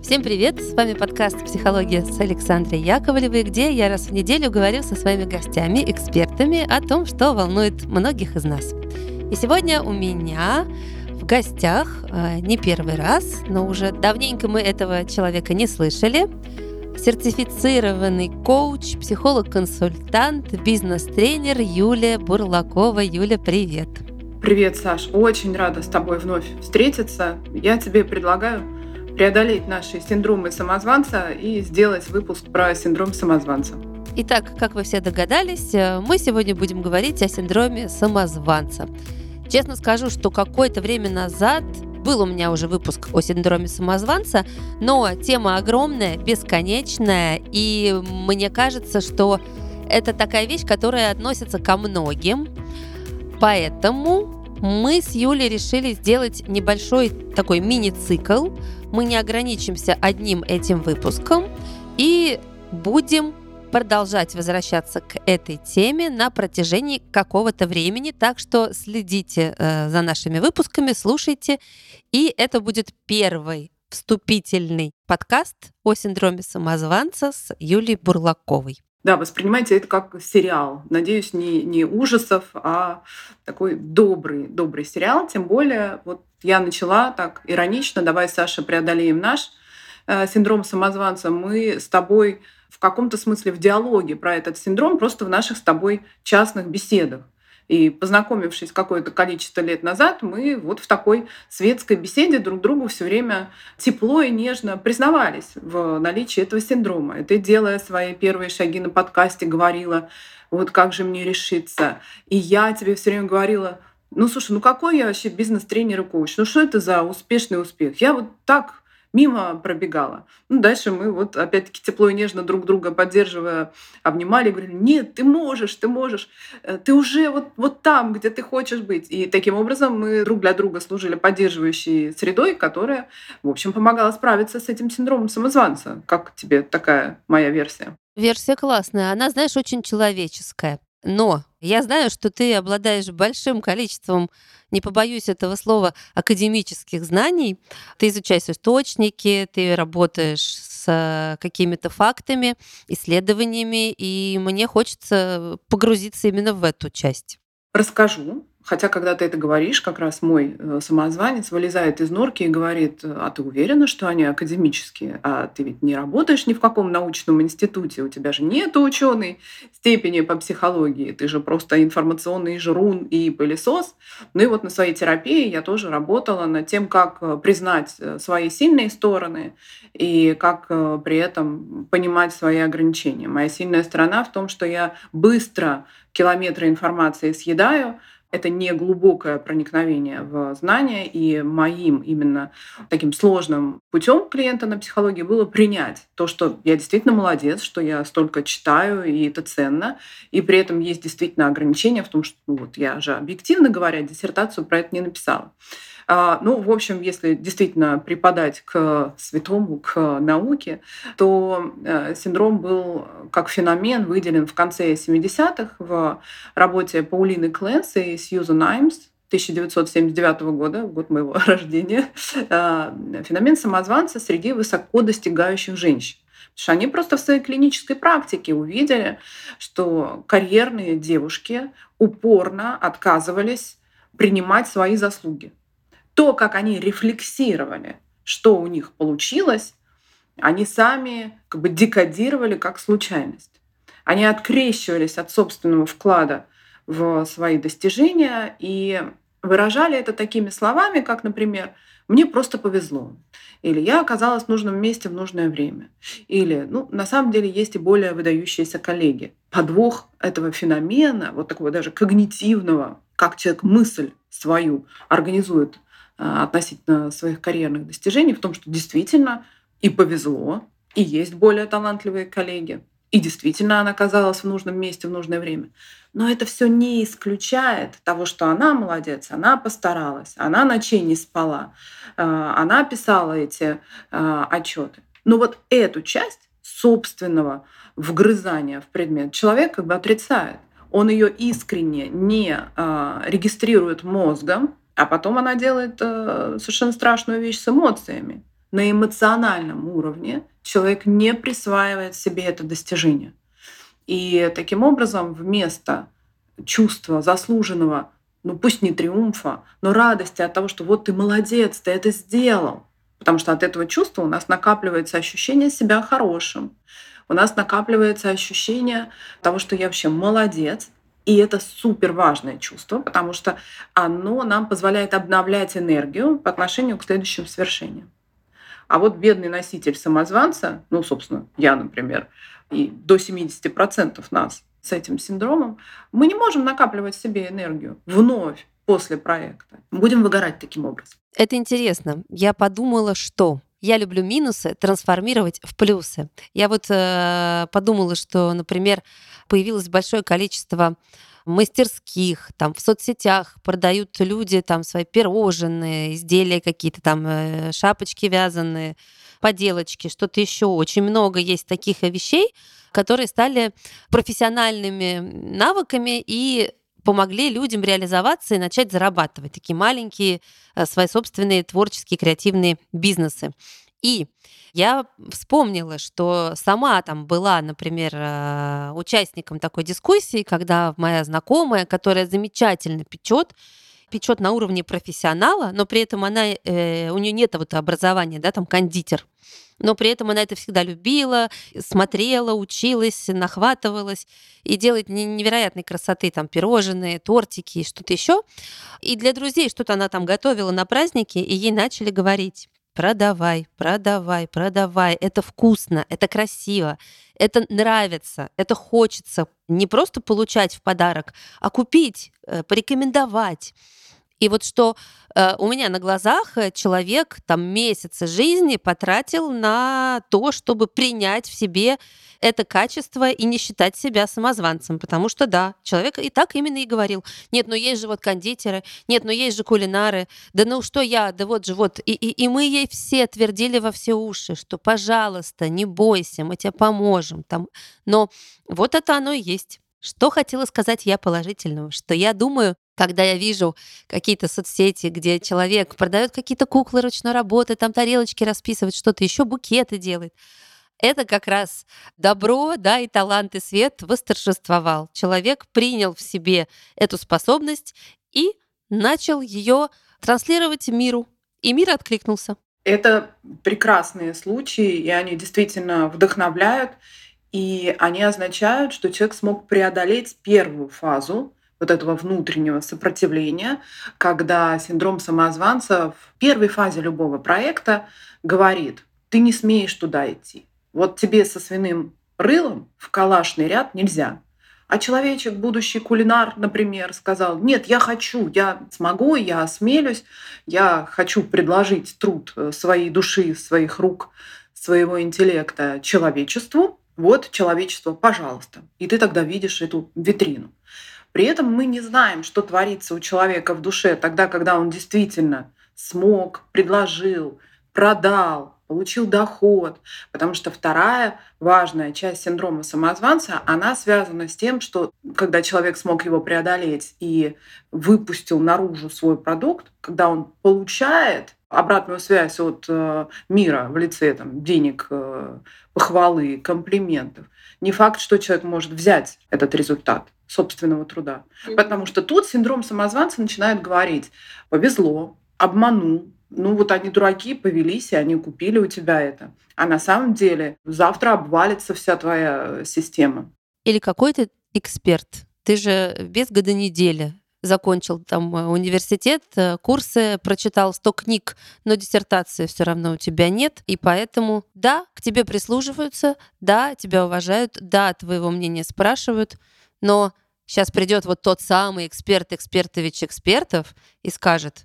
Всем привет! С вами подкаст «Психология» с Александрой Яковлевой, где я раз в неделю говорю со своими гостями, экспертами о том, что волнует многих из нас. И сегодня у меня в гостях не первый раз, но уже давненько мы этого человека не слышали, сертифицированный коуч, психолог-консультант, бизнес-тренер Юлия Бурлакова. Юля, привет! Привет, Саш. Очень рада с тобой вновь встретиться. Я тебе предлагаю преодолеть наши синдромы самозванца и сделать выпуск про синдром самозванца. Итак, как вы все догадались, мы сегодня будем говорить о синдроме самозванца. Честно скажу, что какое-то время назад был у меня уже выпуск о синдроме самозванца, но тема огромная, бесконечная, и мне кажется, что это такая вещь, которая относится ко многим. Поэтому мы с Юлей решили сделать небольшой такой мини-цикл. Мы не ограничимся одним этим выпуском и будем продолжать возвращаться к этой теме на протяжении какого-то времени. Так что следите за нашими выпусками, слушайте. И это будет первый вступительный подкаст о синдроме самозванца с Юлией Бурлаковой. Да, воспринимайте это как сериал. Надеюсь, не ужасов, а такой добрый сериал. Тем более, вот я начала так иронично: давай, Саша, преодолеем наш синдром самозванца. Мы с тобой в каком-то смысле в диалоге про этот синдром, просто в наших с тобой частных беседах. И познакомившись какое-то количество лет назад, мы вот в такой светской беседе друг другу все время тепло и нежно признавались в наличии этого синдрома. И ты, делая свои первые шаги на подкасте, говорила: вот как же мне решиться? И я тебе все время говорила: ну слушай, ну какой я вообще бизнес-тренер и коуч? Ну что это за успешный успех? Я вот так мимо пробегала. Ну, дальше мы вот опять-таки тепло и нежно друг друга поддерживая, обнимали, говорили: нет, ты можешь, ты уже вот там, где ты хочешь быть. И таким образом мы друг для друга служили поддерживающей средой, которая, в общем, помогала справиться с этим синдромом самозванца. Как тебе такая моя версия? Версия классная. Она, знаешь, очень человеческая. Но я знаю, что ты обладаешь большим количеством, не побоюсь этого слова, академических знаний. Ты изучаешь источники, ты работаешь с какими-то фактами, исследованиями, и мне хочется погрузиться именно в эту часть. Расскажу. Хотя, когда ты это говоришь, как раз мой самозванец вылезает из норки и говорит: а ты уверена, что они академические? А ты ведь не работаешь ни в каком научном институте, у тебя же нет ученой степени по психологии, ты же просто информационный жрун и пылесос. Ну и вот на своей терапии я тоже работала над тем, как признать свои сильные стороны и как при этом понимать свои ограничения. Моя сильная сторона в том, что я быстро километры информации съедаю. Это не глубокое проникновение в знания, и моим именно таким сложным путем клиента на психологии было принять то, что я действительно молодец, что я столько читаю, и это ценно, и при этом есть действительно ограничения в том, что вот я же, объективно говоря, диссертацию про это не написала. Ну, в общем, если действительно преподать к святому, к науке, то синдром был как феномен выделен в конце 70-х в работе Паулины Кленс и Сьюзан Аймс 1979 года, год моего рождения, феномен самозванца среди высоко достигающих женщин. Потому что они просто в своей клинической практике увидели, что карьерные девушки упорно отказывались принимать свои заслуги. То, как они рефлексировали, что у них получилось, они сами как бы декодировали как случайность. Они открещивались от собственного вклада в свои достижения и выражали это такими словами, как, например: «Мне просто повезло», или «Я оказалась в нужном месте в нужное время», или на самом деле есть и более выдающиеся коллеги. Подвох этого феномена, вот такого даже когнитивного, как человек мысль свою организует относительно своих карьерных достижений, в том, что действительно и повезло, и есть более талантливые коллеги, и действительно она оказалась в нужном месте в нужное время. Но это все не исключает того, что она молодец, она постаралась, она ночей не спала, она писала эти отчеты. Но вот эту часть собственного вгрызания в предмет человек как бы отрицает. Он ее искренне не регистрирует мозгом, а потом она делает совершенно страшную вещь с эмоциями. на эмоциональном уровне человек не присваивает себе это достижение. И таким образом вместо чувства заслуженного, ну пусть не триумфа, но радости от того, что вот ты молодец, ты это сделал. Потому что от этого чувства у нас накапливается ощущение себя хорошим. У нас накапливается ощущение того, что я вообще молодец. И это супер важное чувство, потому что оно нам позволяет обновлять энергию по отношению к следующим свершениям. А вот бедный носитель самозванца, ну, собственно, я, например, и до 70% нас с этим синдромом, мы не можем накапливать себе энергию вновь после проекта. Будем выгорать таким образом. Это интересно. Я подумала, что я люблю минусы трансформировать в плюсы. Я вот подумала, что, например, появилось большое количество мастерских, там в соцсетях продают люди там свои пирожные, изделия какие-то там, шапочки вязаные, поделочки, что-то еще. Очень много есть таких вещей, которые стали профессиональными навыками и помогли людям реализоваться и начать зарабатывать такие маленькие свои собственные творческие креативные бизнесы. И я вспомнила, что сама там была, например, участником такой дискуссии, когда моя знакомая, которая замечательно печет на уровне профессионала, но при этом у нее нет вот образования, да, там кондитер, но при этом она это всегда любила, смотрела, училась, нахватывалась и делает невероятной красоты там пирожные, тортики и что-то еще. И для друзей что-то она там готовила на праздники, и ей начали говорить: продавай, продавай, продавай, это вкусно, это красиво, это нравится, это хочется не просто получать в подарок, а купить, порекомендовать. И вот что у меня на глазах человек там месяцы жизни потратил на то, чтобы принять в себе это качество и не считать себя самозванцем. Потому что, да, человек и так именно и говорил: нет, ну есть же вот кондитеры, нет, ну есть же кулинары, да ну что я, да вот же вот. И мы ей все твердили во все уши, что, пожалуйста, не бойся, мы тебе поможем. Там. Но вот это оно и есть. Что хотела сказать я положительного? Что я думаю, когда я вижу какие-то соцсети, где человек продает какие-то куклы ручной работы, там тарелочки расписывает, что-то еще, букеты делает, это как раз добро, да, и талант, и свет восторжествовал. Человек принял в себе эту способность и начал ее транслировать миру. И мир откликнулся. Это прекрасные случаи, и они действительно вдохновляют, и они означают, что человек смог преодолеть первую фазу вот этого внутреннего сопротивления, когда синдром самозванца в первой фазе любого проекта говорит: ты не смеешь туда идти. Вот тебе со свиным рылом в калашный ряд нельзя. А человечек, будущий кулинар, например, сказал: нет, я хочу, я смогу, я осмелюсь, я хочу предложить труд своей души, своих рук, своего интеллекта человечеству. Вот человечество, пожалуйста. И ты тогда видишь эту витрину. При этом мы не знаем, что творится у человека в душе тогда, когда он действительно смог, предложил, продал, получил доход. Потому что вторая важная часть синдрома самозванца, она связана с тем, что когда человек смог его преодолеть и выпустил наружу свой продукт, когда он получает обратную связь от мира в лице там, денег, похвалы, комплиментов, не факт, что человек может взять этот результат собственного труда. Потому что тут синдром самозванца начинает говорить: повезло, обманул, ну вот они дураки, повелись, и они купили у тебя это. А на самом деле завтра обвалится вся твоя система. Или какой-то эксперт. Ты же без года недели закончил там университет, курсы, прочитал 100 книг, но диссертации все равно у тебя нет. И поэтому, да, к тебе прислушиваются, да, тебя уважают, да, твоего мнения спрашивают, но сейчас придет вот тот самый эксперт, экспертович экспертов и скажет: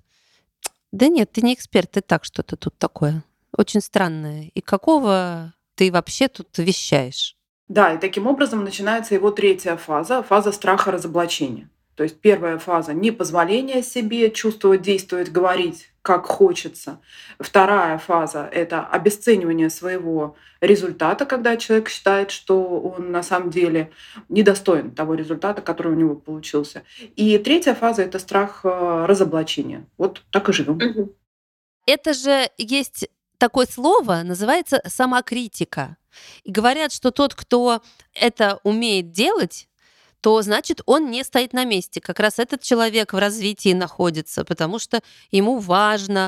да нет, ты не эксперт, ты так что-то тут такое очень странное. И какого ты вообще тут вещаешь? Да, и таким образом начинается его третья фаза, фаза страха разоблачения. То есть первая фаза — непозволение себе чувствовать, действовать, говорить, как хочется. Вторая фаза — это обесценивание своего результата, когда человек считает, что он на самом деле недостоин того результата, который у него получился. И третья фаза — это страх разоблачения. Вот так и живем. Это же есть такое слово, называется самокритика. И говорят, что тот, кто это умеет делать, то значит он не стоит на месте. Как раз этот человек в развитии находится, потому что ему важно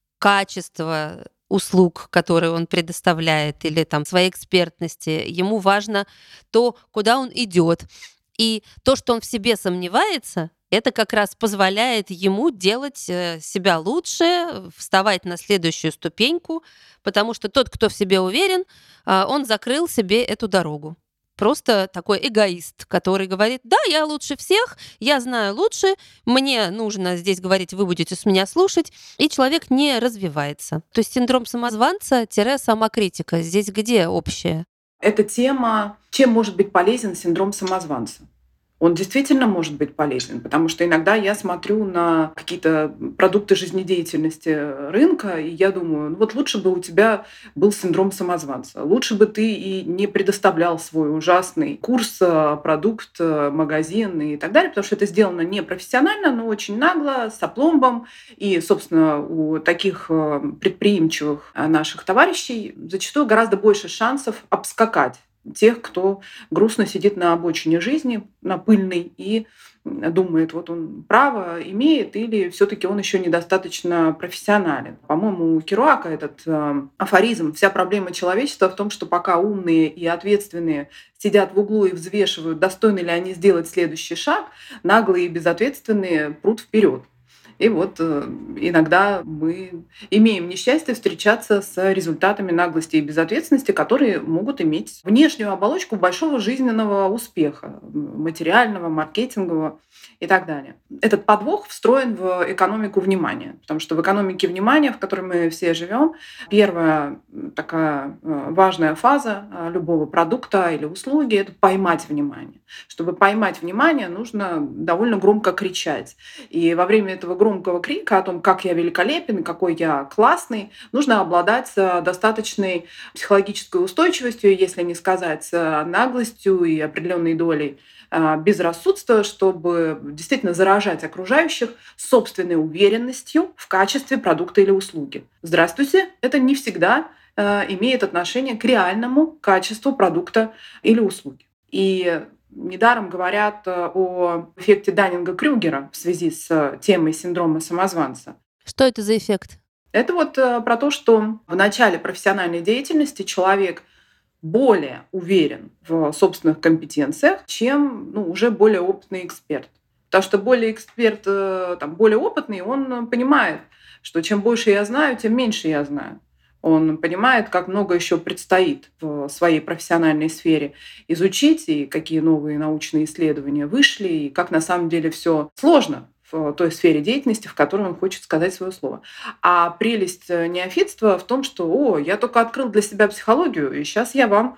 качество услуг, которые он предоставляет, или там своей экспертности. Ему важно то, куда он идет. И то, что он в себе сомневается, это как раз позволяет ему делать себя лучше, вставать на следующую ступеньку, потому что тот, кто в себе уверен, он закрыл себе эту дорогу. Просто такой эгоист, который говорит: да, я лучше всех, я знаю лучше, мне нужно здесь говорить, вы будете с меня слушать, и человек не развивается. То есть синдром самозванца-самокритика здесь где общее? Эта тема, чем может быть полезен синдром самозванца. Он действительно может быть полезен, потому что иногда я смотрю на какие-то продукты жизнедеятельности рынка, и я думаю, ну вот лучше бы у тебя был синдром самозванца. Лучше бы ты и не предоставлял свой ужасный курс, продукт, магазин и так далее, потому что это сделано не профессионально, но очень нагло, с опломбом. И, собственно, у таких предприимчивых наших товарищей зачастую гораздо больше шансов обскакать тех, кто грустно сидит на обочине жизни, на пыльной, и думает, вот он право имеет или все таки он еще недостаточно профессионален. По-моему, у Керуака этот афоризм «Вся проблема человечества в том, что пока умные и ответственные сидят в углу и взвешивают, достойны ли они сделать следующий шаг, наглые и безответственные прут вперед». И вот иногда мы имеем несчастье встречаться с результатами наглости и безответственности, которые могут иметь внешнюю оболочку большого жизненного успеха, материального, маркетингового и так далее. Этот подвох встроен в экономику внимания, потому что в экономике внимания, в которой мы все живем, первая такая важная фаза любого продукта или услуги — это поймать внимание. Чтобы поймать внимание, нужно довольно громко кричать. И во время этого громкого крика о том, как я великолепен и какой я классный, нужно обладать достаточной психологической устойчивостью, если не сказать наглостью и определенной долей безрассудства, чтобы действительно заражать окружающих собственной уверенностью в качестве продукта или услуги. Здравствуйте, это не всегда имеет отношение к реальному качеству продукта или услуги. И недаром говорят о эффекте Даннинга-Крюгера в связи с темой синдрома самозванца. Что это за эффект? Это вот про то, что в начале профессиональной деятельности человек более уверен в собственных компетенциях, чем уже более опытный эксперт. Потому что более опытный, он понимает, что чем больше я знаю, тем меньше я знаю. Он понимает, как много еще предстоит в своей профессиональной сфере изучить, и какие новые научные исследования вышли, и как на самом деле все сложно в той сфере деятельности, в которой он хочет сказать свое слово. А прелесть неофитства в том, что я только открыл для себя психологию, и сейчас я вам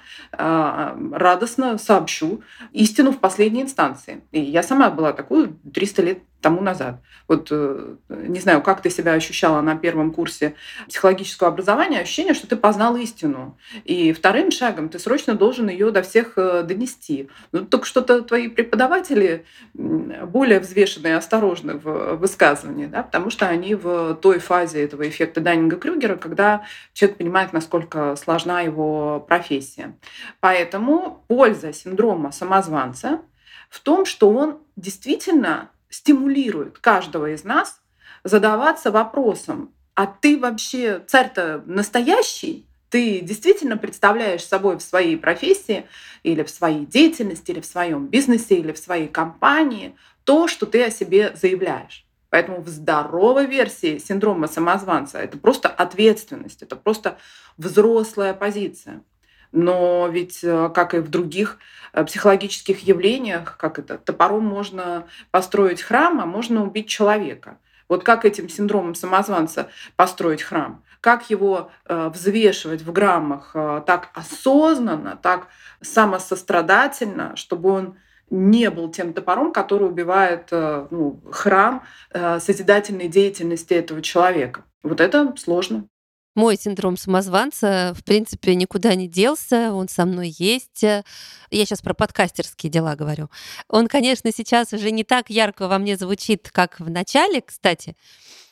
радостно сообщу истину в последней инстанции. И я сама была такой 300 лет тому назад. Вот не знаю, как ты себя ощущала на первом курсе психологического образования, ощущение, что ты познал истину. И вторым шагом ты срочно должен ее до всех донести. Но только что-то твои преподаватели более взвешенные и осторожны в высказывании, да, потому что они в той фазе этого эффекта Даннинга-Крюгера, когда человек понимает, насколько сложна его профессия. Поэтому польза синдрома самозванца в том, что он действительно стимулирует каждого из нас задаваться вопросом: а ты вообще царь-то настоящий? Ты действительно представляешь собой в своей профессии или в своей деятельности, или в своем бизнесе, или в своей компании то, что ты о себе заявляешь? Поэтому в здоровой версии синдрома самозванца это просто ответственность, это просто взрослая позиция. Но ведь, как и в других психологических явлениях, как это, топором можно построить храм, а можно убить человека. Вот как этим синдромом самозванца построить храм? Как его взвешивать в граммах так осознанно, так самосострадательно, чтобы он не был тем топором, который убивает храм созидательной деятельности этого человека? Вот это сложно. Мой синдром самозванца, в принципе, никуда не делся, он со мной есть. Я сейчас про подкастерские дела говорю. Он, конечно, сейчас уже не так ярко во мне звучит, как в начале, кстати,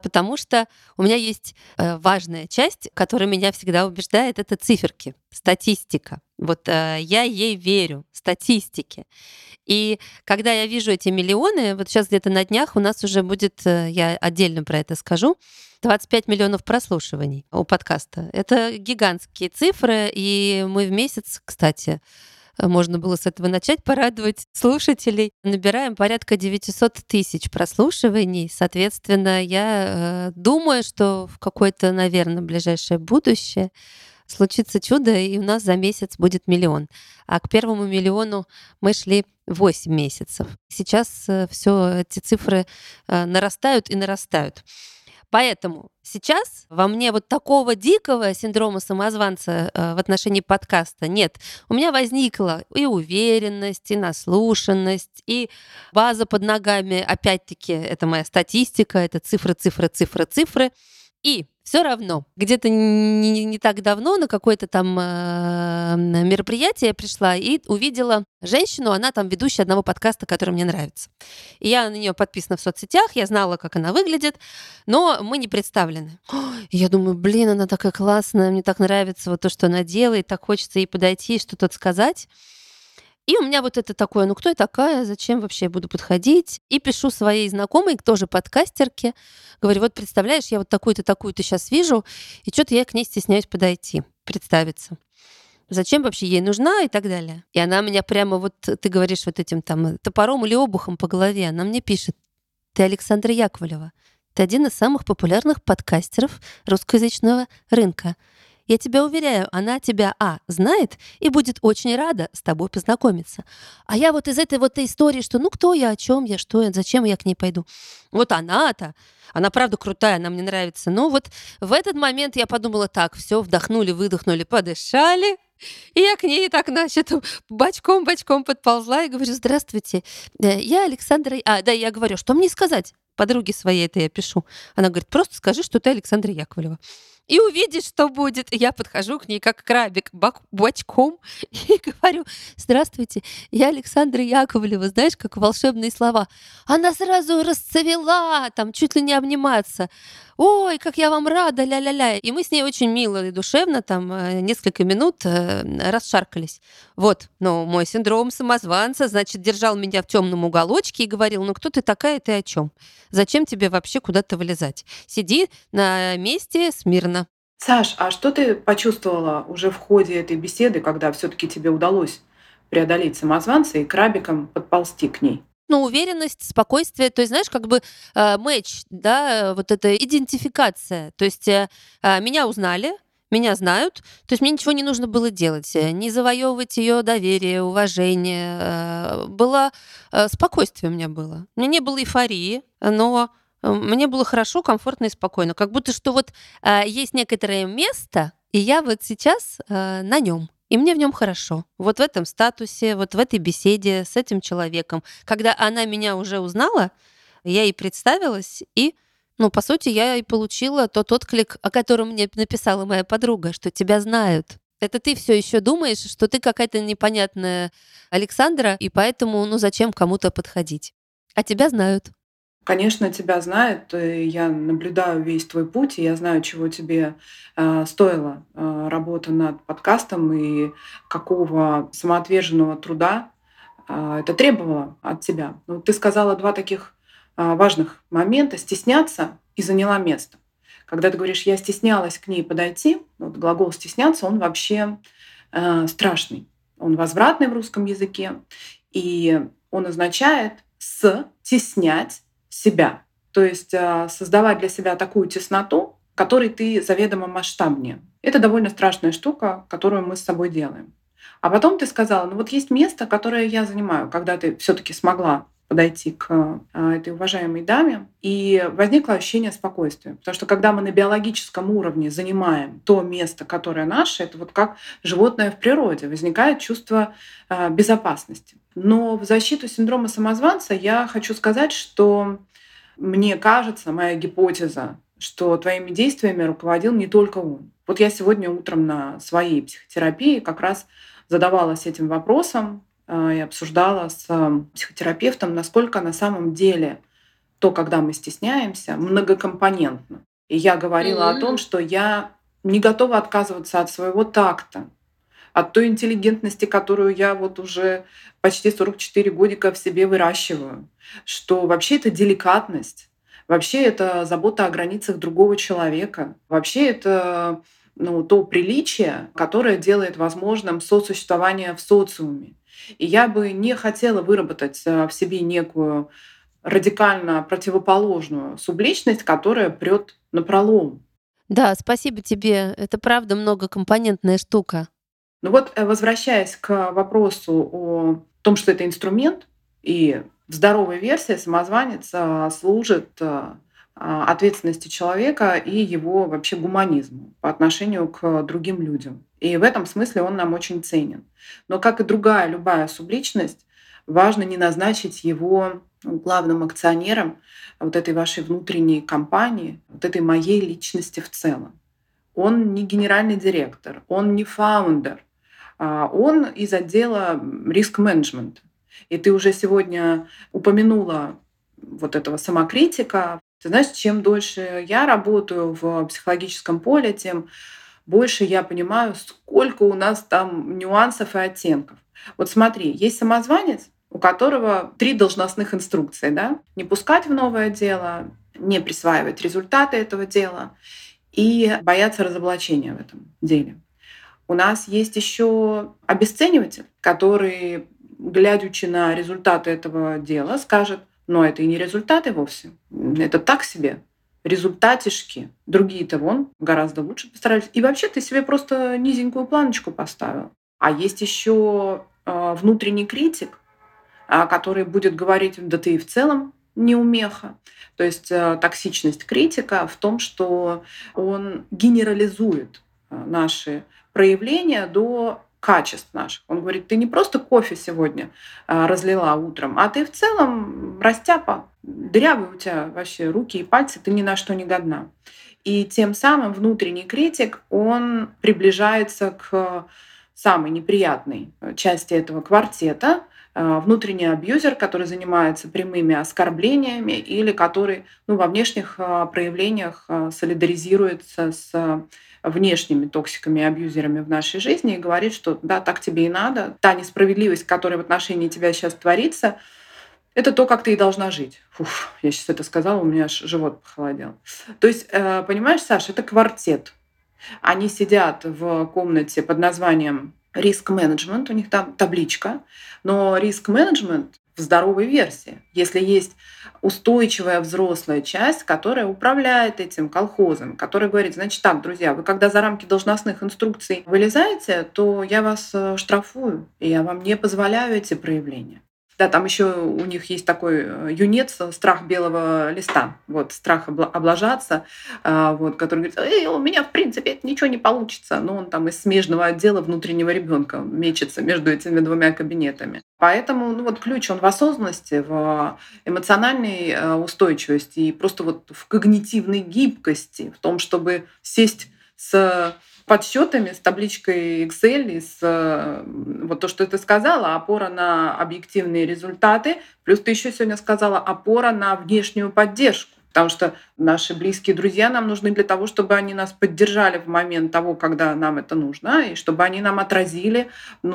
Потому что у меня есть важная часть, которая меня всегда убеждает, это циферки, статистика. Вот я ей верю, статистике. И когда я вижу эти миллионы, вот сейчас где-то на днях у нас уже будет, я отдельно про это скажу, 25 миллионов прослушиваний у подкаста. Это гигантские цифры, и мы в месяц, кстати, можно было с этого начать, порадовать слушателей. Набираем порядка 900 тысяч прослушиваний. Соответственно, я думаю, что в какое-то, наверное, ближайшее будущее случится чудо, и у нас за месяц будет миллион. А к первому миллиону мы шли 8 месяцев. Сейчас все эти цифры нарастают и нарастают. Поэтому сейчас во мне вот такого дикого синдрома самозванца в отношении подкаста нет. У меня возникла и уверенность, и наслушанность, и база под ногами. Опять-таки, это моя статистика, это цифры, цифры, цифры, цифры. И все равно, где-то не так давно на какое-то там мероприятие я пришла и увидела женщину, она там ведущая одного подкаста, который мне нравится. И я на нее подписана в соцсетях, я знала, как она выглядит, но мы не представлены. И я думаю, блин, она такая классная, мне так нравится вот то, что она делает, так хочется ей подойти, что-то сказать. И у меня вот это такое, ну кто я такая, зачем вообще я буду подходить? И пишу своей знакомой, тоже подкастерке, говорю, вот представляешь, я вот такую-то, такую-то сейчас вижу, и что-то я к ней стесняюсь подойти, представиться. Зачем вообще ей нужна и так далее. И она меня прямо вот, ты говоришь вот этим там топором или обухом по голове, она мне пишет, ты Александра Яковлева, ты один из самых популярных подкастеров русскоязычного рынка. Я тебя уверяю, она тебя, знает и будет очень рада с тобой познакомиться. А я вот из этой вот истории, что ну кто я, о чем я, что я, зачем я к ней пойду. Вот она-то, она правда крутая, она мне нравится. Но вот в этот момент я подумала, так, все, вдохнули, выдохнули, подышали. И я к ней так, значит, бочком-бочком подползла и говорю, здравствуйте, я Александра... я говорю, что мне сказать? Подруге своей это я пишу. Она говорит, просто скажи, что ты Александра Яковлева. И увидишь, что будет. Я подхожу к ней, как крабик, бочком, и говорю, здравствуйте, я Александра Яковлева, знаешь, как волшебные слова. Она сразу расцвела, там, чуть ли не обниматься. Ой, как я вам рада, ля-ля-ля. И мы с ней очень мило и душевно там несколько минут расшаркались. Вот, но мой синдром самозванца, значит, держал меня в темном уголочке и говорил, ну кто ты такая, ты о чем? Зачем тебе вообще куда-то вылезать? Сиди на месте смирно. Саш, а что ты почувствовала уже в ходе этой беседы, когда все таки тебе удалось преодолеть самозванца и крабиком подползти к ней? Ну, уверенность, спокойствие, то есть, знаешь, как бы матч, да, вот эта идентификация. То есть меня узнали, меня знают, то есть мне ничего не нужно было делать, не завоевывать ее доверие, уважение. Было спокойствие у меня было. У меня не было эйфории, но мне было хорошо, комфортно и спокойно. Как будто что вот есть некоторое место, и я вот сейчас на нем. И мне в нем хорошо. Вот в этом статусе, вот в этой беседе с этим человеком. Когда она меня уже узнала, я ей представилась, и, ну, по сути, я и получила тот отклик, о котором мне написала моя подруга, что тебя знают. Это ты все еще думаешь, что ты какая-то непонятная Александра, и поэтому, ну, зачем кому-то подходить? А тебя знают. Конечно, тебя знают, и я наблюдаю весь твой путь, и я знаю, чего тебе стоила работа над подкастом и какого самоотверженного труда это требовало от тебя. Ну, ты сказала два таких важных момента: стесняться и заняла место. Когда ты говоришь, я стеснялась к ней подойти, вот глагол стесняться, он вообще страшный. Он возвратный в русском языке, и он означает стеснять себя. То есть создавать для себя такую тесноту, которой ты заведомо масштабнее. Это довольно страшная штука, которую мы с собой делаем. А потом ты сказала, ну вот есть место, которое я занимаю, когда ты все таки смогла подойти к этой уважаемой даме, и возникло ощущение спокойствия. Потому что когда мы на биологическом уровне занимаем то место, которое наше, это вот как животное в природе, возникает чувство безопасности. Но в защиту синдрома самозванца я хочу сказать, что мне кажется, моя гипотеза, что твоими действиями руководил не только он. Вот я сегодня утром на своей психотерапии как раз задавалась этим вопросом и обсуждала с психотерапевтом, насколько на самом деле то, когда мы стесняемся, многокомпонентно. И я говорила о том, М. что я не готова отказываться от своего такта, от той интеллигентности, которую я вот уже почти 44 годика в себе выращиваю, что вообще это деликатность, вообще это забота о границах другого человека, вообще это то приличие, которое делает возможным сосуществование в социуме. И я бы не хотела выработать в себе некую радикально противоположную субличность, которая прет напролом. Да, спасибо тебе. Это правда многокомпонентная штука. Ну вот, возвращаясь к вопросу о том, что это инструмент, и в здоровой версии самозванец служит ответственности человека и его вообще гуманизму по отношению к другим людям. И в этом смысле он нам очень ценен. Но как и другая любая субличность, важно не назначить его главным акционером вот этой вашей внутренней компании, вот этой моей личности в целом. Он не генеральный директор, он не фаундер, он из отдела риск-менеджмента. И ты уже сегодня упомянула вот этого самокритика. Ты знаешь, чем дольше я работаю в психологическом поле, тем больше я понимаю, сколько у нас там нюансов и оттенков. Вот смотри, есть самозванец, у которого 3 должностных инструкции, да? Не пускать в новое дело, не присваивать результаты этого дела и бояться разоблачения в этом деле. У нас есть еще обесцениватель, который, глядячи на результаты этого дела, скажет: но это и не результаты вовсе, это так себе, результатишки. Другие-то вон гораздо лучше постарались. И вообще ты себе просто низенькую планочку поставил. А есть еще внутренний критик, который будет говорить: да ты и в целом неумеха. То есть токсичность критика в том, что он генерализует наши проявления до качеств наших. Он говорит: ты не просто кофе сегодня разлила утром, а ты в целом растяпа, дырявые у тебя вообще руки и пальцы, ты ни на что не годна. И тем самым внутренний критик, он приближается к самой неприятной части этого квартета, внутренний абьюзер, который занимается прямыми оскорблениями или который во внешних проявлениях солидаризируется с внешними токсиками и абьюзерами в нашей жизни и говорит, что да, так тебе и надо. Та несправедливость, которая в отношении тебя сейчас творится, это то, как ты и должна жить. Фух, я сейчас это сказала, у меня аж живот похолодел. То есть, понимаешь, Саша, это квартет. Они сидят в комнате под названием риск-менеджмент, у них там табличка, но риск-менеджмент в здоровой версии. Если есть устойчивая взрослая часть, которая управляет этим колхозом, которая говорит: значит так, друзья, вы когда за рамки должностных инструкций вылезаете, то я вас штрафую, и я вам не позволяю эти проявления. Да, там еще у них есть такой юнец, страх белого листа, вот, страх облажаться, вот, который говорит: у меня, в принципе, это ничего не получится. Но он там из смежного отдела внутреннего ребенка мечется между этими двумя кабинетами. Поэтому вот ключ, он в осознанности, в эмоциональной устойчивости и просто вот в когнитивной гибкости, в том, чтобы сесть с подсчетами, с табличкой Excel, и с вот то, что ты сказала, опора на объективные результаты. Плюс ты еще сегодня сказала опора на внешнюю поддержку. Потому что наши близкие друзья нам нужны для того, чтобы они нас поддержали в момент того, когда нам это нужно, и чтобы они нам отразили: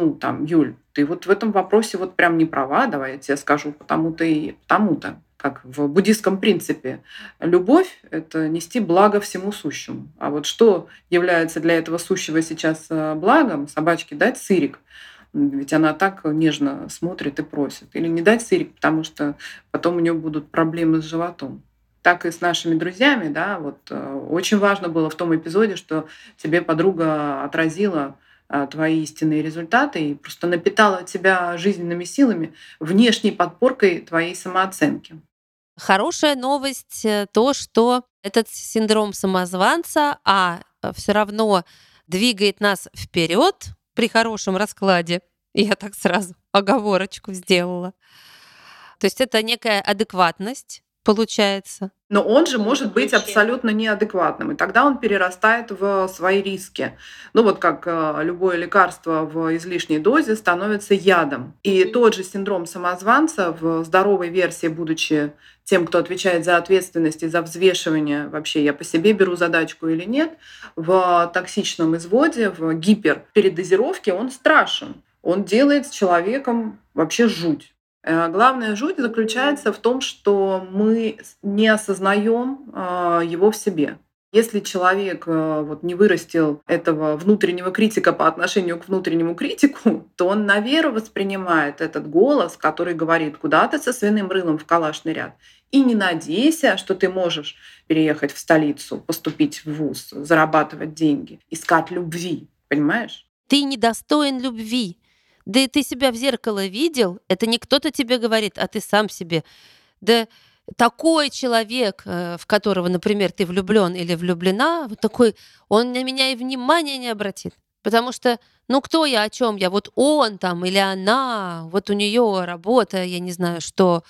Юль, ты вот в этом вопросе вот прям не права, давай я тебе скажу потому-то и потому-то. Как в буддийском принципе. Любовь — это нести благо всему сущему. А вот что является для этого сущего сейчас благом? Собачке дать сырик, ведь она так нежно смотрит и просит. Или не дать сырик, потому что потом у нее будут проблемы с животом. Так и с нашими друзьями, да, вот очень важно было в том эпизоде, что тебе подруга отразила твои истинные результаты и просто напитала тебя жизненными силами, внешней подпоркой твоей самооценки. Хорошая новость то, что этот синдром самозванца, все равно двигает нас вперед при хорошем раскладе. Я так сразу оговорочку сделала. То есть это некая адекватность, получается. Но он же в может быть ключе. абсолютно неадекватным, и тогда он перерастает в свои риски. Ну вот как любое лекарство в излишней дозе становится ядом. И Мгм. тот же синдром самозванца в здоровой версии, будучи тем, кто отвечает за ответственность и за взвешивание, вообще я по себе беру задачку или нет, в токсичном изводе, в гиперпередозировке он страшен. Он делает с человеком вообще жуть. Главная жуть заключается в том, что мы не осознаем его в себе. Если человек вот не вырастил этого внутреннего критика по отношению к внутреннему критику, то он на веру воспринимает этот голос, который говорит: куда ты со свиным рылом в калашный ряд? И не надейся, что ты можешь переехать в столицу, поступить в вуз, зарабатывать деньги, искать любви. Понимаешь? Ты недостоин любви. Да и ты себя в зеркало видел? Это не кто-то тебе говорит, а ты сам себе. Да такой человек, в которого, например, ты влюблен или влюблена, вот такой, он на меня и внимания не обратит. Потому что, ну кто я, о чем я? Вот он там или она, вот у нее работа, я не знаю что,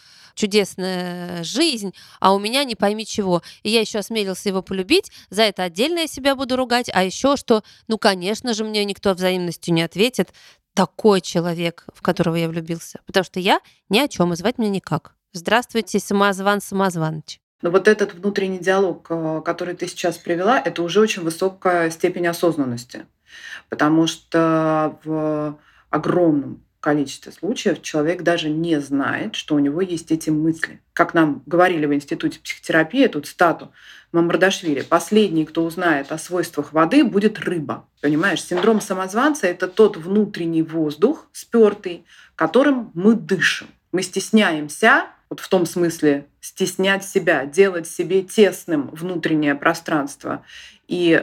чудесная жизнь, а у меня не пойми чего. И я еще осмелился его полюбить, за это отдельно я себя буду ругать, а еще что, ну, конечно же, мне никто взаимностью не ответит. Такой человек, в которого я влюбился. Потому что я ни о чем, и звать меня никак. Здравствуйте, самозван Самозваныч. Но вот этот внутренний диалог, который ты сейчас привела, это уже очень высокая степень осознанности. Потому что в огромном количестве случаев человек даже не знает, что у него есть эти мысли. Как нам говорили в Институте психотерапии, тут стату Мамардашвили: последний, кто узнает о свойствах воды, будет рыба. Понимаешь, синдром самозванца — это тот внутренний воздух, спёртый, которым мы дышим. Мы стесняемся, вот в том смысле стеснять себя, делать себе тесным внутреннее пространство. И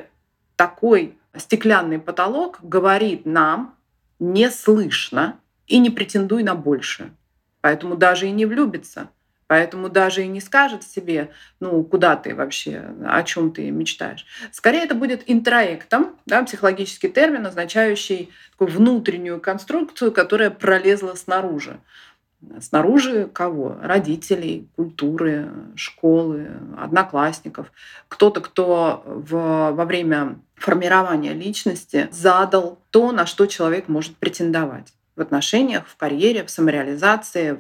такой стеклянный потолок говорит нам: не слышно и не претендуй на большее. Поэтому даже и не влюбится, поэтому даже и не скажет себе: ну, куда ты вообще, о чем ты мечтаешь. Скорее это будет интроектом, да, психологический термин, означающий такую внутреннюю конструкцию, которая пролезла снаружи. Снаружи кого? Родителей, культуры, школы, одноклассников. Кто-то, кто во время формирования личности задал то, на что человек может претендовать в отношениях, в карьере, в самореализации,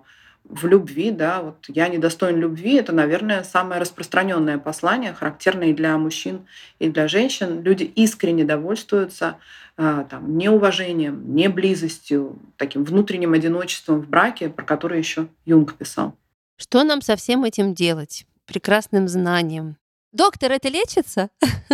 в любви. Да. Вот «я недостоин любви» — это, наверное, самое распространенное послание, характерное и для мужчин, и для женщин. Люди искренне довольствуются там, неуважением, не близостью, таким внутренним одиночеством в браке, про который еще Юнг писал. Что нам со всем этим делать? Прекрасным знанием. Доктор, это лечится?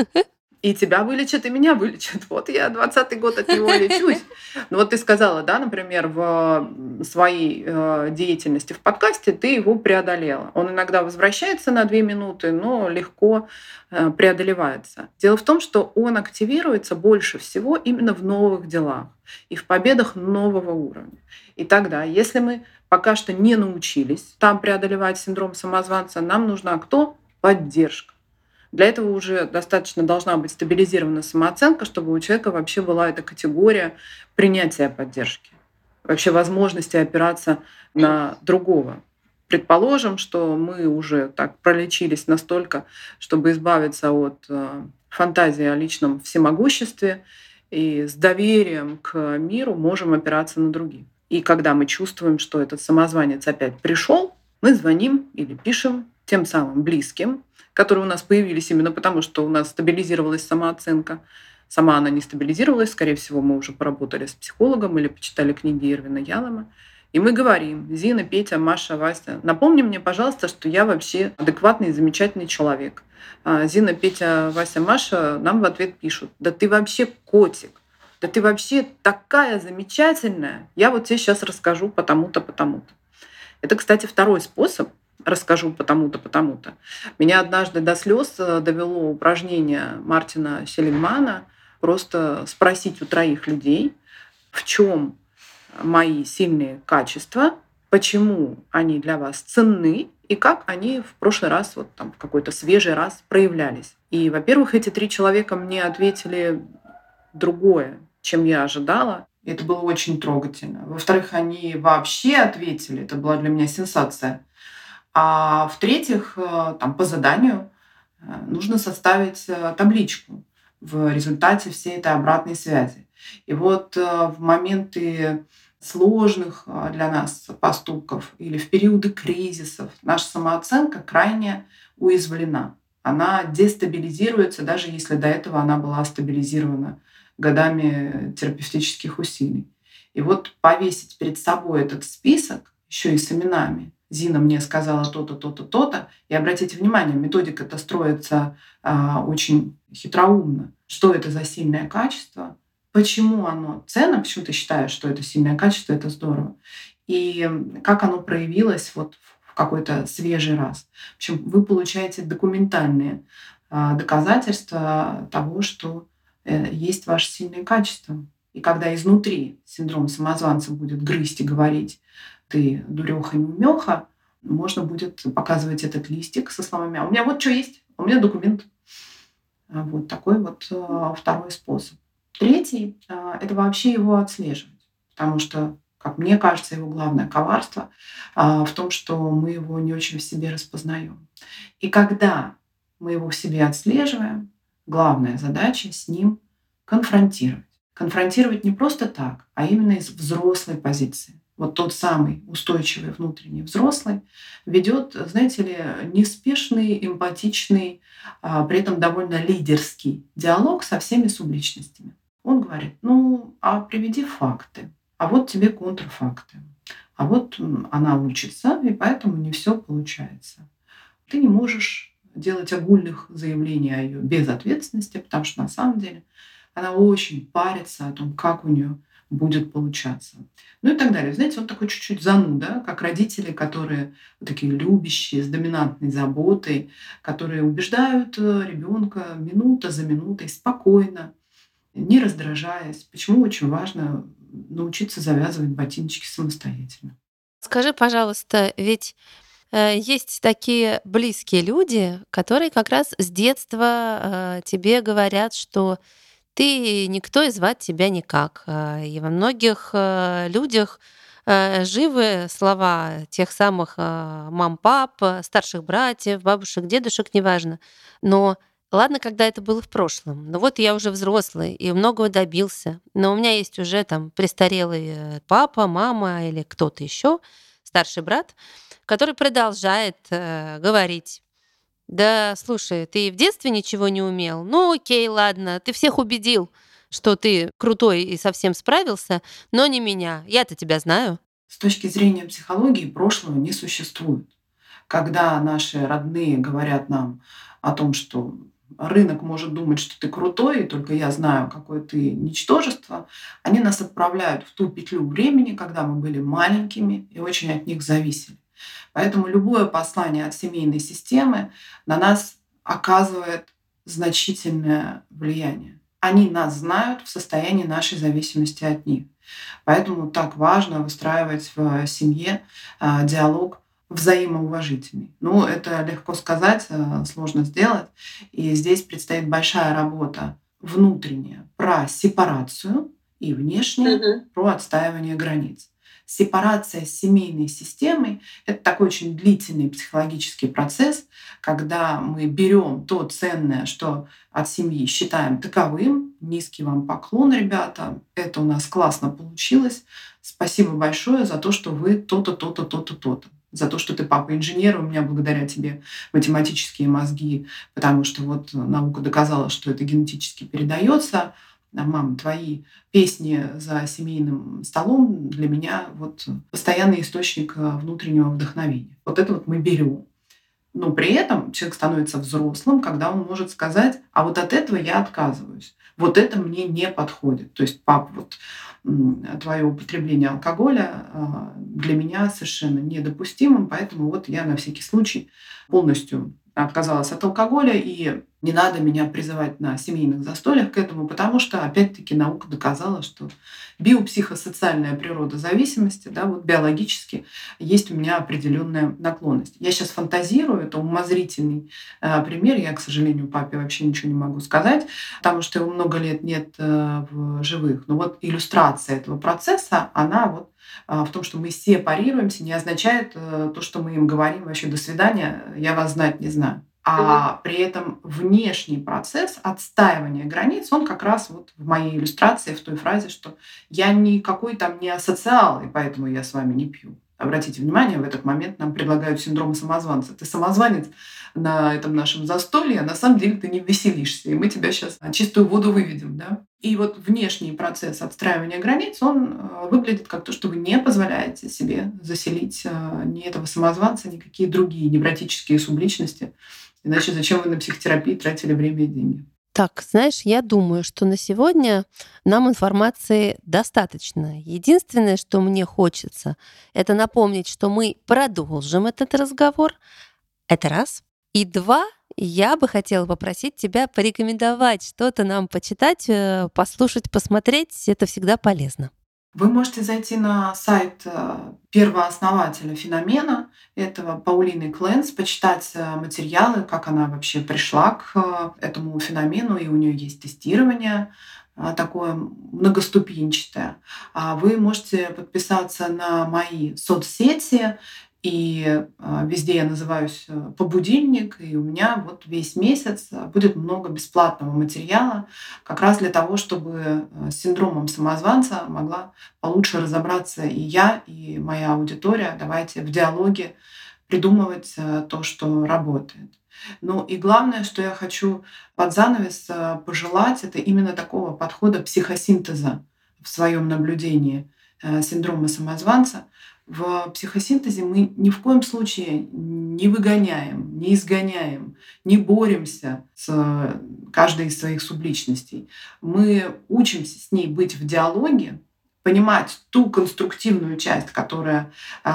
И тебя вылечат, и меня вылечат. Вот я 20-й год от него лечусь. Ну вот ты сказала, да, например, в своей деятельности в подкасте ты его преодолела. Он иногда возвращается на 2 минуты, но легко преодолевается. Дело в том, что он активируется больше всего именно в новых делах и в победах нового уровня. И тогда, если мы пока что не научились там преодолевать синдром самозванца, нам нужна кто? Поддержка. Для этого уже достаточно должна быть стабилизирована самооценка, чтобы у человека вообще была эта категория принятия поддержки, вообще возможности опираться на другого. Предположим, что мы уже так пролечились настолько, чтобы избавиться от фантазии о личном всемогуществе и с доверием к миру можем опираться на других. И когда мы чувствуем, что этот самозванец опять пришел, мы звоним или пишем тем самым близким, которые у нас появились именно потому, что у нас стабилизировалась самооценка. Сама она не стабилизировалась, скорее всего, мы уже поработали с психологом или почитали книги Ирвина Ялома. И мы говорим: Зина, Петя, Маша, Вася, напомни мне, пожалуйста, что я вообще адекватный и замечательный человек. Зина, Петя, Вася, Маша нам в ответ пишут: да ты вообще котик, да ты вообще такая замечательная, я вот тебе сейчас расскажу потому-то, потому-то. Это, кстати, второй способ расскажу потому-то, потому-то. Меня однажды до слез довело упражнение Мартина Селигмана просто спросить у 3 людей, в чем мои сильные качества, почему они для вас ценны и как они в прошлый раз, вот там в какой-то свежий раз проявлялись. И, во-первых, эти 3 человека мне ответили другое, чем я ожидала. Это было очень трогательно. Во-вторых, они вообще ответили, это была для меня сенсация. А в-третьих, там по заданию нужно составить табличку в результате всей этой обратной связи. И вот в моменты сложных для нас поступков или в периоды кризисов наша самооценка крайне уязвлена. Она дестабилизируется, даже если до этого она была стабилизирована годами терапевтических усилий. И вот повесить перед собой этот список еще и с именами. Зина мне сказала то-то, то-то, то-то. И обратите внимание, методика это строится очень хитроумно. Что это за сильное качество? Почему оно ценно? Почему ты считаешь, что это сильное качество, это здорово? И как оно проявилось вот в какой-то свежий раз? В общем, вы получаете документальные доказательства того, что есть ваше сильное качество. И когда изнутри синдром самозванца будет грызть и говорить: ты дурёха, неумеха, можно будет показывать этот листик со словами: а у меня вот что есть, а у меня документ. Вот такой вот второй способ. Третий это вообще его отслеживать. Потому что, как мне кажется, его главное коварство в том, что мы его не очень в себе распознаем. И когда мы его в себе отслеживаем, главная задача с ним конфронтировать. Конфронтировать не просто так, а именно из взрослой позиции. Вот тот самый устойчивый внутренний взрослый ведет, знаете ли, неспешный, эмпатичный, при этом довольно лидерский диалог со всеми субличностями. Он говорит: ну, а приведи факты, а вот тебе контрфакты, а вот она учится, и поэтому не все получается. Ты не можешь делать огульных заявлений о ее безответственности, потому что на самом деле она очень парится о том, как у нее будет получаться. Ну и так далее. Знаете, он такой чуть-чуть зануда, как родители, которые вот такие любящие, с доминантной заботой, которые убеждают ребенка минута за минутой спокойно, не раздражаясь. Почему очень важно научиться завязывать ботиночки самостоятельно. Скажи, пожалуйста, ведь есть такие близкие люди, которые как раз с детства тебе говорят, что ты никто и звать тебя никак. И во многих людях живы слова тех самых мам, пап, старших братьев, бабушек, дедушек, неважно. Но ладно, когда это было в прошлом. Но вот я уже взрослый и многого добился. Но у меня есть уже там престарелый папа, мама или кто-то еще, старший брат, который продолжает говорить: да, слушай, ты и в детстве ничего не умел? Ну, окей, ладно, ты всех убедил, что ты крутой и совсем справился, но не меня. Я-то тебя знаю. С точки зрения психологии прошлого не существует. Когда наши родные говорят нам о том, что рынок может думать, что ты крутой, и только я знаю, какое ты ничтожество, они нас отправляют в ту петлю времени, когда мы были маленькими и очень от них зависели. Поэтому любое послание от семейной системы на нас оказывает значительное влияние. Они нас знают в состоянии нашей зависимости от них. Поэтому так важно выстраивать в семье диалог взаимоуважительный. Ну, это легко сказать, сложно сделать. И здесь предстоит большая работа внутренняя про сепарацию и внешняя про отстаивание границ. Сепарация с семейной системой — это такой очень длительный психологический процесс, когда мы берем то ценное, что от семьи считаем таковым. Низкий вам поклон, ребята. Это у нас классно получилось. Спасибо большое за то, что вы то-то, то-то, то-то, то-то. За то, что ты папа инженер, у меня благодаря тебе математические мозги, потому что вот наука доказала, что это генетически передается. Мам, твои песни за семейным столом для меня вот постоянный источник внутреннего вдохновения. Вот это вот мы берем. Но при этом человек становится взрослым, когда он может сказать: а вот от этого я отказываюсь. Вот это мне не подходит. То есть, пап, вот твое употребление алкоголя для меня совершенно недопустимым, поэтому вот я на всякий случай полностью отказалась от алкоголя и Не надо меня призывать на семейных застольях к этому, потому что, опять-таки, наука доказала, что биопсихосоциальная природа зависимости, да, вот биологически есть у меня определенная наклонность. Я сейчас фантазирую, это умозрительный пример. Я, к сожалению, папе вообще ничего не могу сказать, потому что его много лет нет в живых. Но вот иллюстрация этого процесса, она вот в том, что мы сепарируемся, не означает то, что мы им говорим вообще «до свидания, я вас знать не знаю». А при этом внешний процесс отстаивания границ, он как раз вот в моей иллюстрации, в той фразе, что я никакой там не асоциал, и поэтому я с вами не пью. Обратите внимание, в этот момент нам предлагают синдром самозванца. Ты самозванец на этом нашем застолье, а на самом деле ты не веселишься, и мы тебя сейчас на чистую воду выведем. Да? И вот внешний процесс отстраивания границ, он выглядит как то, что вы не позволяете себе заселить ни этого самозванца, никакие другие невротические субличности. Иначе зачем вы на психотерапии тратили время и деньги? Так, знаешь, я думаю, что на сегодня нам информации достаточно. Единственное, что мне хочется, это напомнить, что мы продолжим этот разговор. Это раз. И два, я бы хотела попросить тебя порекомендовать что-то нам почитать, послушать, посмотреть. Это всегда полезно. Вы можете зайти на сайт первооснователя феномена этого Паулины Кленс, почитать материалы, как она вообще пришла к этому феномену, и у нее есть тестирование такое многоступенчатое. Вы можете подписаться на мои соцсети, и везде я называюсь «Побудильник», и у меня вот весь месяц будет много бесплатного материала как раз для того, чтобы с синдромом самозванца могла получше разобраться и я, и моя аудитория. Давайте в диалоге придумывать то, что работает. Ну и главное, что я хочу под занавес пожелать, это именно такого подхода психосинтеза в своем наблюдении синдрома самозванца. В психосинтезе мы ни в коем случае не выгоняем, не изгоняем, не боремся с каждой из своих субличностей. Мы учимся с ней быть в диалоге, понимать ту конструктивную часть, которая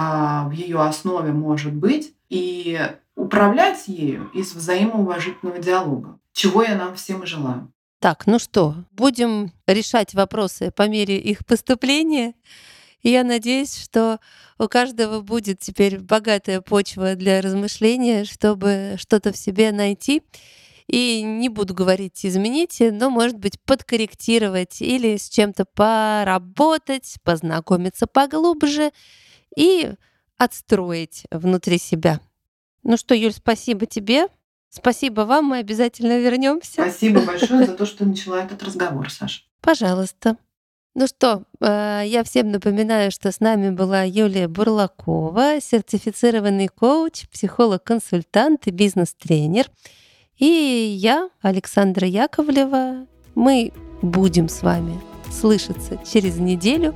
в ее основе может быть, и управлять ею из взаимоуважительного диалога, чего я нам всем и желаю. Так, ну что, будем решать вопросы по мере их поступления. И я надеюсь, что у каждого будет теперь богатая почва для размышления, чтобы что-то в себе найти. И не буду говорить измените, но, может быть, подкорректировать или с чем-то поработать, познакомиться поглубже и отстроить внутри себя. Ну что, Юль, спасибо тебе. Спасибо вам, мы обязательно вернемся. Спасибо большое за то, что начала этот разговор, Саша. Пожалуйста. Ну что, я всем напоминаю, что с нами была Юлия Бурлакова, сертифицированный коуч, психолог-консультант и бизнес-тренер. И я, Александра Яковлева. Мы будем с вами слышаться через неделю.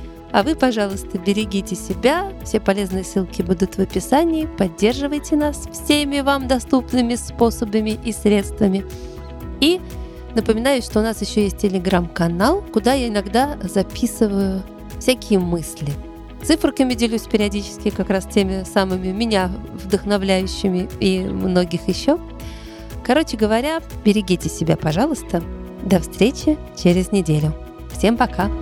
А вы, пожалуйста, берегите себя. Все полезные ссылки будут в описании. Поддерживайте нас всеми вам доступными способами и средствами. И напоминаю, что у нас еще есть телеграм-канал, куда я иногда записываю всякие мысли. Циферками делюсь периодически, как раз теми самыми меня вдохновляющими и многих еще. Короче говоря, берегите себя, пожалуйста. До встречи через неделю. Всем пока!